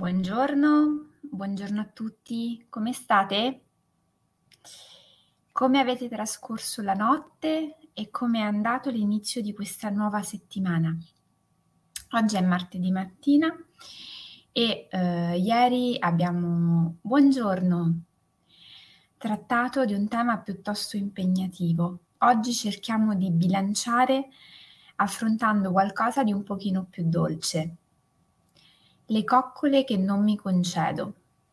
Buongiorno a tutti, come state? Come avete trascorso la notte e come è andato l'inizio di questa nuova settimana? Oggi è martedì mattina e ieri abbiamo trattato di un tema piuttosto impegnativo. Oggi cerchiamo di bilanciare affrontando qualcosa di un pochino più dolce. Le coccole che non mi concedo.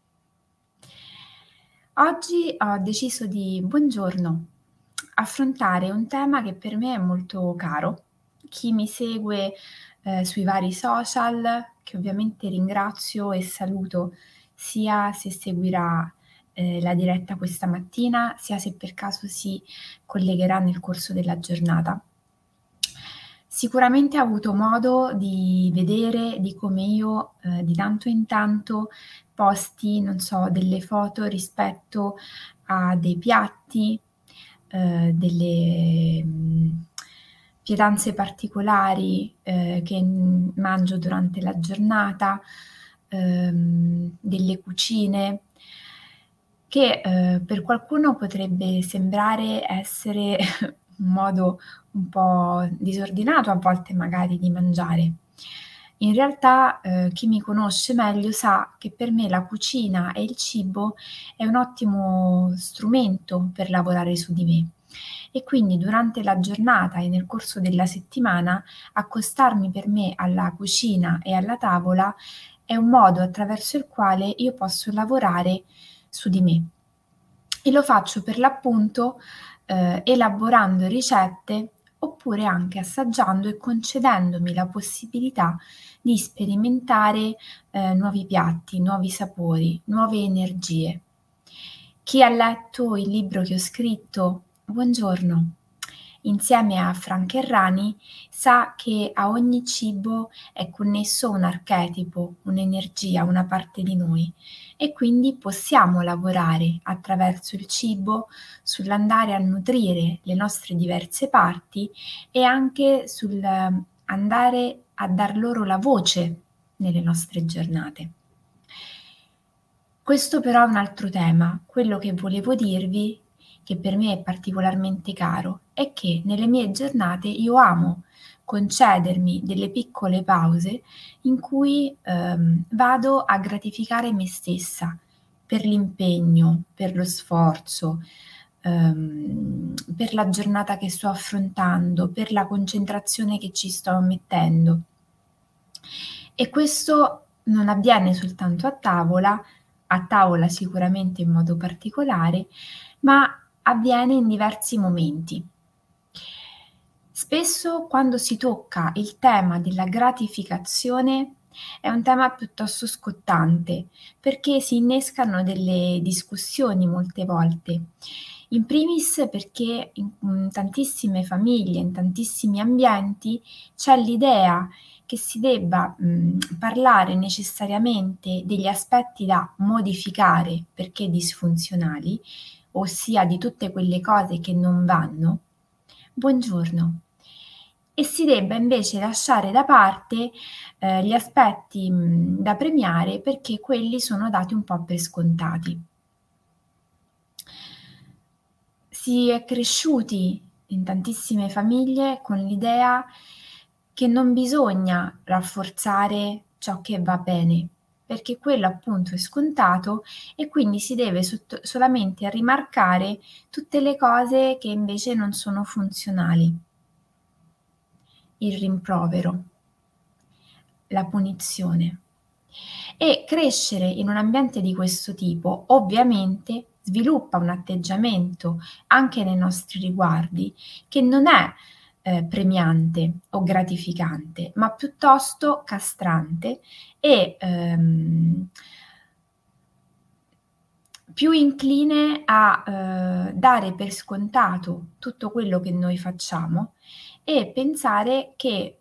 Oggi ho deciso di, affrontare un tema che per me è molto caro. Chi mi segue, sui vari social, che ovviamente ringrazio e saluto, sia se seguirà, la diretta questa mattina, sia se per caso si collegherà nel corso della giornata. Sicuramente ha avuto modo di vedere di come io, di tanto in tanto posti, non so, delle foto rispetto a dei piatti, delle, pietanze particolari, che, mangio durante la giornata, delle cucine che, per qualcuno potrebbe sembrare essere un modo un po' disordinato a volte magari di mangiare. In realtà, chi mi conosce meglio sa che per me la cucina e il cibo è un ottimo strumento per lavorare su di me e quindi durante la giornata e nel corso della settimana accostarmi per me alla cucina e alla tavola è un modo attraverso il quale io posso lavorare su di me. E lo faccio per l'appunto, elaborando ricette oppure anche assaggiando e concedendomi la possibilità di sperimentare, nuovi piatti, nuovi sapori, nuove energie. Chi ha letto il libro che ho scritto, buongiorno, insieme a Frank Errani, sa che a ogni cibo è connesso un archetipo, un'energia, una parte di noi e quindi possiamo lavorare attraverso il cibo sull'andare a nutrire le nostre diverse parti e anche sull'andare a dar loro la voce nelle nostre giornate. Questo però è un altro tema. Quello che volevo dirvi, che per me è particolarmente caro, è che nelle mie giornate io amo concedermi delle piccole pause in cui, vado a gratificare me stessa per l'impegno, per lo sforzo, per la giornata che sto affrontando, per la concentrazione che ci sto mettendo. E questo non avviene soltanto a tavola sicuramente in modo particolare, ma avviene in diversi momenti. Spesso quando si tocca il tema della gratificazione è un tema piuttosto scottante, perché si innescano delle discussioni molte volte. In primis perché in tantissime famiglie, in tantissimi ambienti c'è l'idea che si debba, parlare necessariamente degli aspetti da modificare perché disfunzionali, ossia di tutte quelle cose che non vanno, buongiorno, e si debba invece lasciare da parte, gli aspetti, da premiare perché quelli sono dati un po' per scontati. Si è cresciuti in tantissime famiglie con l'idea che non bisogna rafforzare ciò che va bene, perché quello appunto è scontato e quindi si deve solamente rimarcare tutte le cose che invece non sono funzionali. Il rimprovero, la punizione. E crescere in un ambiente di questo tipo ovviamente sviluppa un atteggiamento anche nei nostri riguardi che non è premiante o gratificante, ma piuttosto castrante e più incline a dare per scontato tutto quello che noi facciamo e pensare che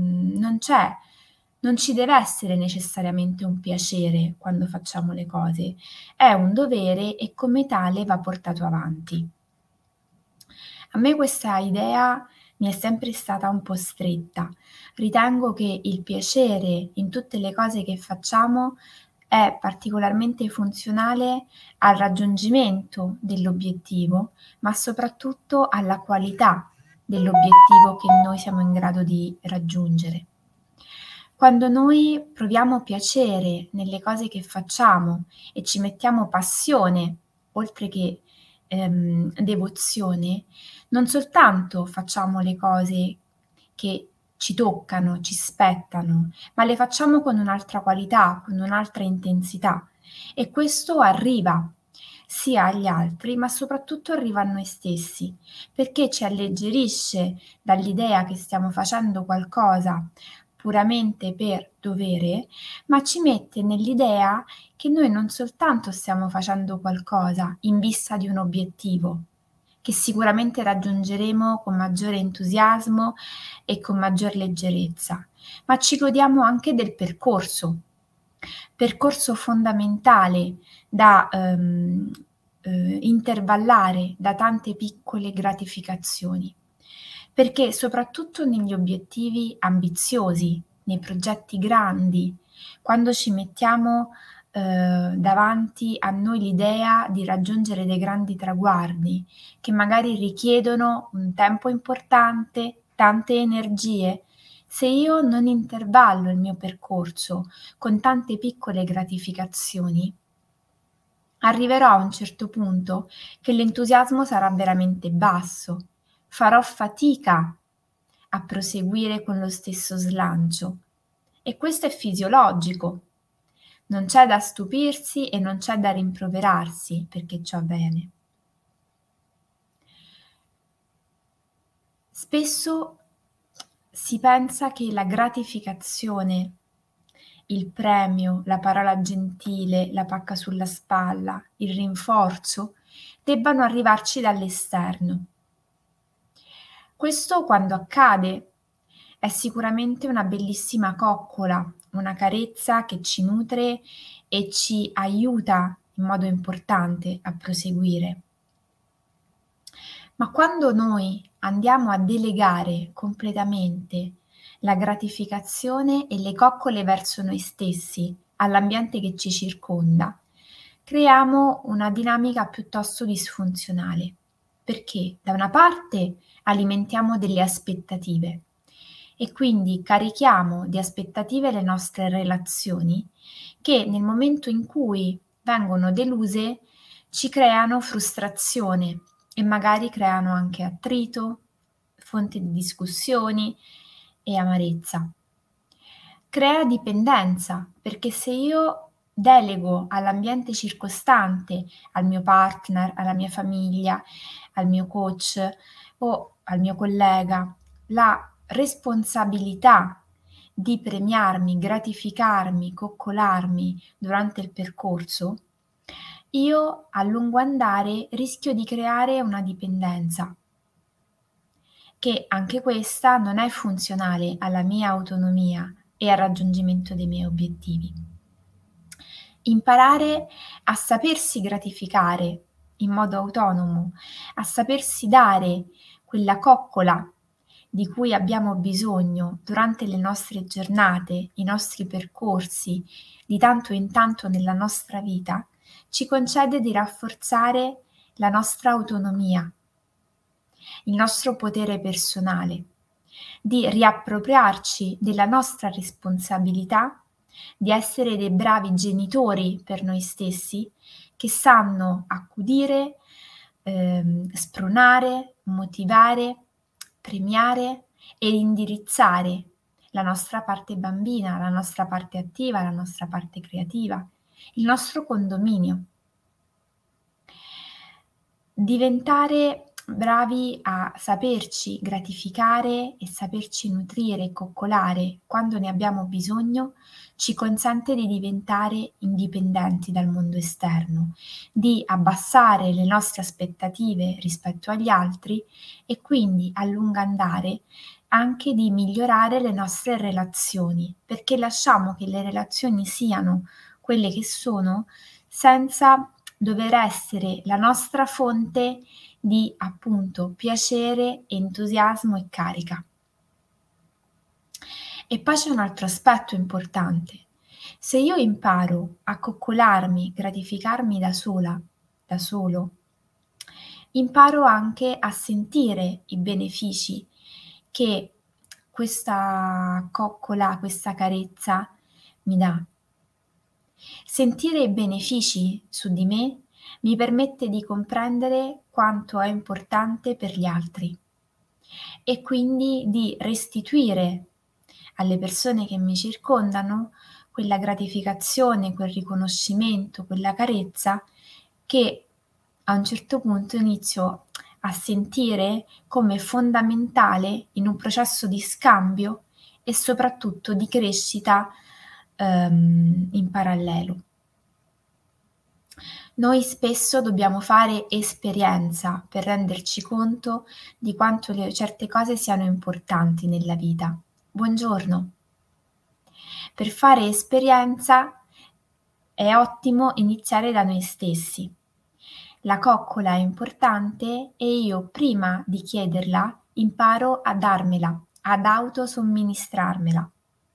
non ci deve essere necessariamente un piacere quando facciamo le cose, è un dovere e come tale va portato avanti. A me questa idea mi è sempre stata un po' stretta. Ritengo che il piacere in tutte le cose che facciamo è particolarmente funzionale al raggiungimento dell'obiettivo, ma soprattutto alla qualità dell'obiettivo che noi siamo in grado di raggiungere. Quando noi proviamo piacere nelle cose che facciamo e ci mettiamo passione, oltre che devozione, non soltanto facciamo le cose che ci toccano, ci spettano, ma le facciamo con un'altra qualità, con un'altra intensità e questo arriva sia agli altri, ma soprattutto arriva a noi stessi, perché ci alleggerisce dall'idea che stiamo facendo qualcosa puramente per dovere, ma ci mette nell'idea che noi non soltanto stiamo facendo qualcosa in vista di un obiettivo, che sicuramente raggiungeremo con maggiore entusiasmo e con maggior leggerezza, ma ci godiamo anche del percorso fondamentale da intervallare da tante piccole gratificazioni. Perché soprattutto negli obiettivi ambiziosi, nei progetti grandi, quando ci mettiamo davanti a noi l'idea di raggiungere dei grandi traguardi, che magari richiedono un tempo importante, tante energie, se io non intervallo il mio percorso con tante piccole gratificazioni, arriverò a un certo punto che l'entusiasmo sarà veramente basso, farò fatica a proseguire con lo stesso slancio e questo è fisiologico. Non c'è da stupirsi e non c'è da rimproverarsi perché ciò avviene. Spesso si pensa che la gratificazione, il premio, la parola gentile, la pacca sulla spalla, il rinforzo debbano arrivarci dall'esterno. Questo quando accade è sicuramente una bellissima coccola, una carezza che ci nutre e ci aiuta in modo importante a proseguire. Ma quando noi andiamo a delegare completamente la gratificazione e le coccole verso noi stessi, all'ambiente che ci circonda, creiamo una dinamica piuttosto disfunzionale, perché da una parte alimentiamo delle aspettative e quindi carichiamo di aspettative le nostre relazioni che nel momento in cui vengono deluse ci creano frustrazione e magari creano anche attrito, fonte di discussioni e amarezza. Crea dipendenza, perché se io delego all'ambiente circostante, al mio partner, alla mia famiglia, al mio coach o al mio collega, la responsabilità di premiarmi, gratificarmi, coccolarmi durante il percorso, io a lungo andare rischio di creare una dipendenza, che anche questa non è funzionale alla mia autonomia e al raggiungimento dei miei obiettivi. Imparare a sapersi gratificare in modo autonomo, a sapersi dare quella coccola di cui abbiamo bisogno durante le nostre giornate, i nostri percorsi, di tanto in tanto nella nostra vita, ci concede di rafforzare la nostra autonomia, il nostro potere personale, di riappropriarci della nostra responsabilità di essere dei bravi genitori per noi stessi che sanno accudire, spronare, motivare, premiare e indirizzare la nostra parte bambina, la nostra parte attiva, la nostra parte creativa, il nostro condominio. Diventare bravi a saperci gratificare e saperci nutrire e coccolare quando ne abbiamo bisogno, ci consente di diventare indipendenti dal mondo esterno, di abbassare le nostre aspettative rispetto agli altri e quindi a lungo andare anche di migliorare le nostre relazioni, perché lasciamo che le relazioni siano quelle che sono senza dover essere la nostra fonte di appunto piacere, entusiasmo e carica. E poi c'è un altro aspetto importante. Se io imparo a coccolarmi, gratificarmi da sola, da solo, imparo anche a sentire i benefici che questa coccola, questa carezza mi dà. Sentire i benefici su di me mi permette di comprendere quanto è importante per gli altri e quindi di restituire alle persone che mi circondano quella gratificazione, quel riconoscimento, quella carezza che a un certo punto inizio a sentire come fondamentale in un processo di scambio e soprattutto di crescita, in parallelo. Noi spesso dobbiamo fare esperienza per renderci conto di quanto certe cose siano importanti nella vita. Buongiorno. Per fare esperienza è ottimo iniziare da noi stessi. La coccola è importante e io prima di chiederla imparo a darmela, ad autosomministrarmela,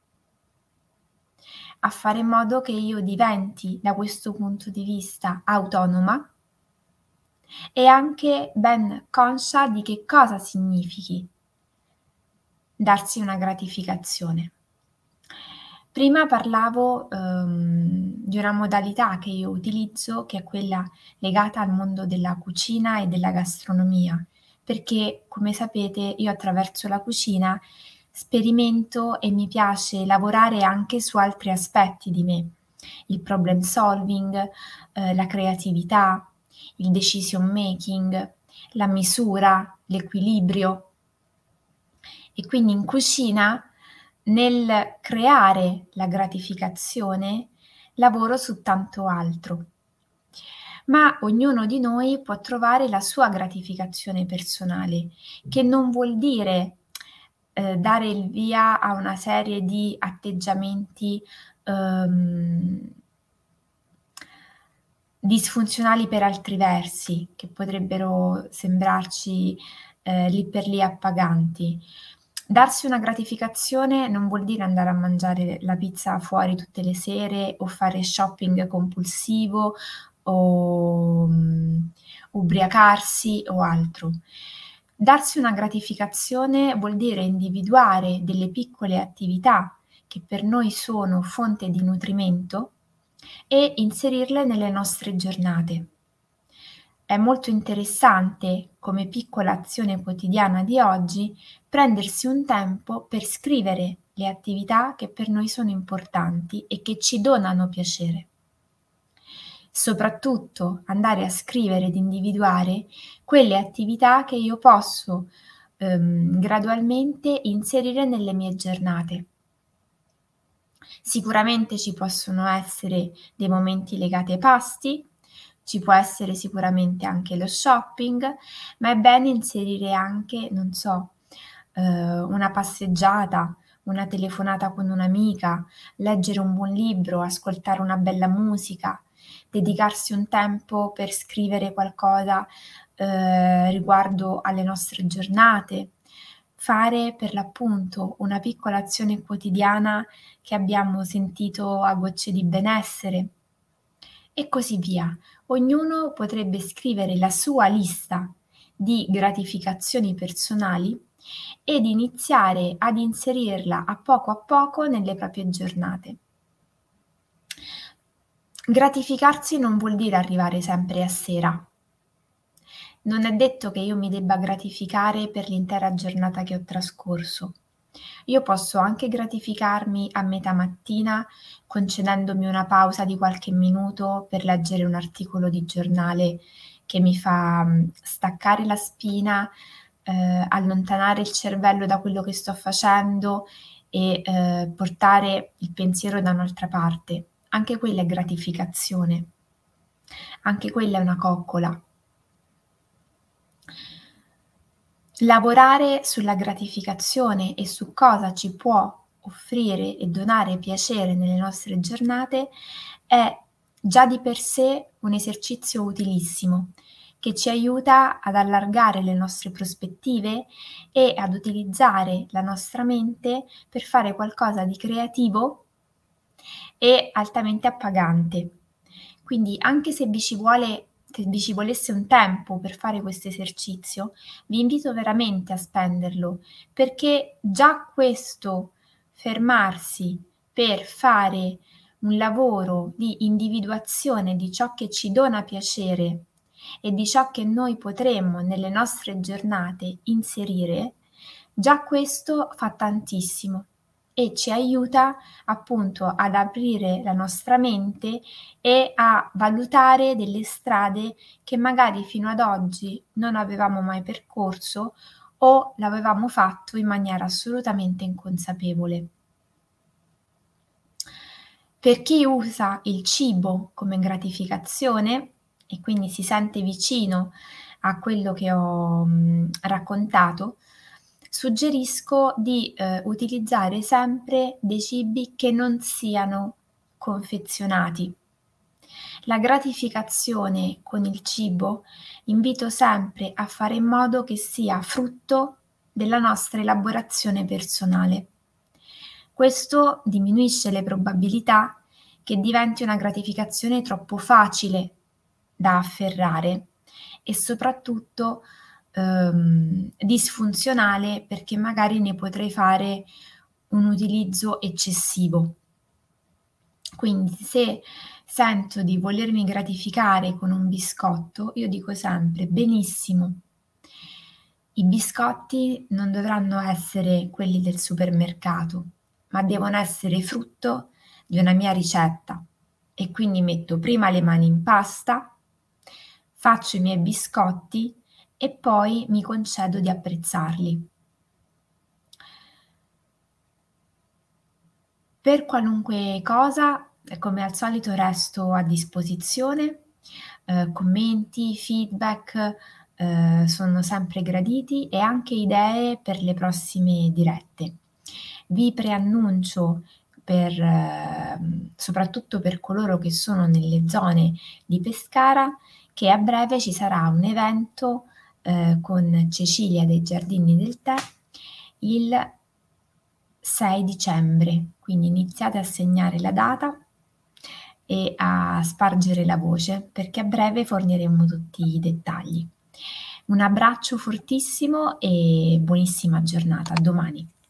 a fare in modo che io diventi da questo punto di vista autonoma e anche ben conscia di che cosa significhi darsi una gratificazione. Prima parlavo, di una modalità che io utilizzo, che è quella legata al mondo della cucina e della gastronomia, perché come sapete io attraverso la cucina sperimento e mi piace lavorare anche su altri aspetti di me, il problem solving, la creatività, il decision making, la misura, l'equilibrio. E quindi in cucina, nel creare la gratificazione, lavoro su tanto altro. Ma ognuno di noi può trovare la sua gratificazione personale, che non vuol dire, dare il via a una serie di atteggiamenti, uhm disfunzionali per altri versi, che potrebbero sembrarci, lì per lì appaganti. Darsi una gratificazione non vuol dire andare a mangiare la pizza fuori tutte le sere o fare shopping compulsivo o, ubriacarsi o altro. Darsi una gratificazione vuol dire individuare delle piccole attività che per noi sono fonte di nutrimento e inserirle nelle nostre giornate. È molto interessante, come piccola azione quotidiana di oggi, prendersi un tempo per scrivere le attività che per noi sono importanti e che ci donano piacere. Soprattutto andare a scrivere ed individuare quelle attività che io posso, gradualmente inserire nelle mie giornate. Sicuramente ci possono essere dei momenti legati ai pasti, ci può essere sicuramente anche lo shopping, ma è bene inserire anche, non so, una passeggiata, una telefonata con un'amica, leggere un buon libro, ascoltare una bella musica, dedicarsi un tempo per scrivere qualcosa, riguardo alle nostre giornate, fare per l'appunto una piccola azione quotidiana che abbiamo sentito a gocce di benessere e così via. Ognuno potrebbe scrivere la sua lista di gratificazioni personali ed iniziare ad inserirla a poco nelle proprie giornate. Gratificarsi non vuol dire arrivare sempre a sera. Non è detto che io mi debba gratificare per l'intera giornata che ho trascorso. Io posso anche gratificarmi a metà mattina concedendomi una pausa di qualche minuto per leggere un articolo di giornale che mi fa, staccare la spina, allontanare il cervello da quello che sto facendo e, portare il pensiero da un'altra parte. Anche quella è gratificazione, anche quella è una coccola. Lavorare sulla gratificazione e su cosa ci può offrire e donare piacere nelle nostre giornate è già di per sé un esercizio utilissimo, che ci aiuta ad allargare le nostre prospettive e ad utilizzare la nostra mente per fare qualcosa di creativo e altamente appagante. Quindi anche se vi ci volesse un tempo per fare questo esercizio, vi invito veramente a spenderlo, perché già questo fermarsi per fare un lavoro di individuazione di ciò che ci dona piacere e di ciò che noi potremmo nelle nostre giornate inserire, già questo fa tantissimo e ci aiuta appunto ad aprire la nostra mente e a valutare delle strade che magari fino ad oggi non avevamo mai percorso o l'avevamo fatto in maniera assolutamente inconsapevole. Per chi usa il cibo come gratificazione e quindi si sente vicino a quello che ho, raccontato, suggerisco di, utilizzare sempre dei cibi che non siano confezionati. La gratificazione con il cibo invito sempre a fare in modo che sia frutto della nostra elaborazione personale. Questo diminuisce le probabilità che diventi una gratificazione troppo facile da afferrare e soprattutto, disfunzionale perché magari ne potrei fare un utilizzo eccessivo. Quindi se sento di volermi gratificare con un biscotto, io dico sempre: "Benissimo, i biscotti non dovranno essere quelli del supermercato, ma devono essere frutto di una mia ricetta e quindi metto prima le mani in pasta, faccio i miei biscotti e poi mi concedo di apprezzarli." Per qualunque cosa, come al solito resto a disposizione, commenti, feedback, sono sempre graditi e anche idee per le prossime dirette. Vi preannuncio per soprattutto per coloro che sono nelle zone di Pescara, che a breve ci sarà un evento, con Cecilia dei Giardini del Tè il 6 dicembre, quindi iniziate a segnare la data e a spargere la voce, perché a breve forniremo tutti i dettagli. Un abbraccio fortissimo e buonissima giornata. A domani.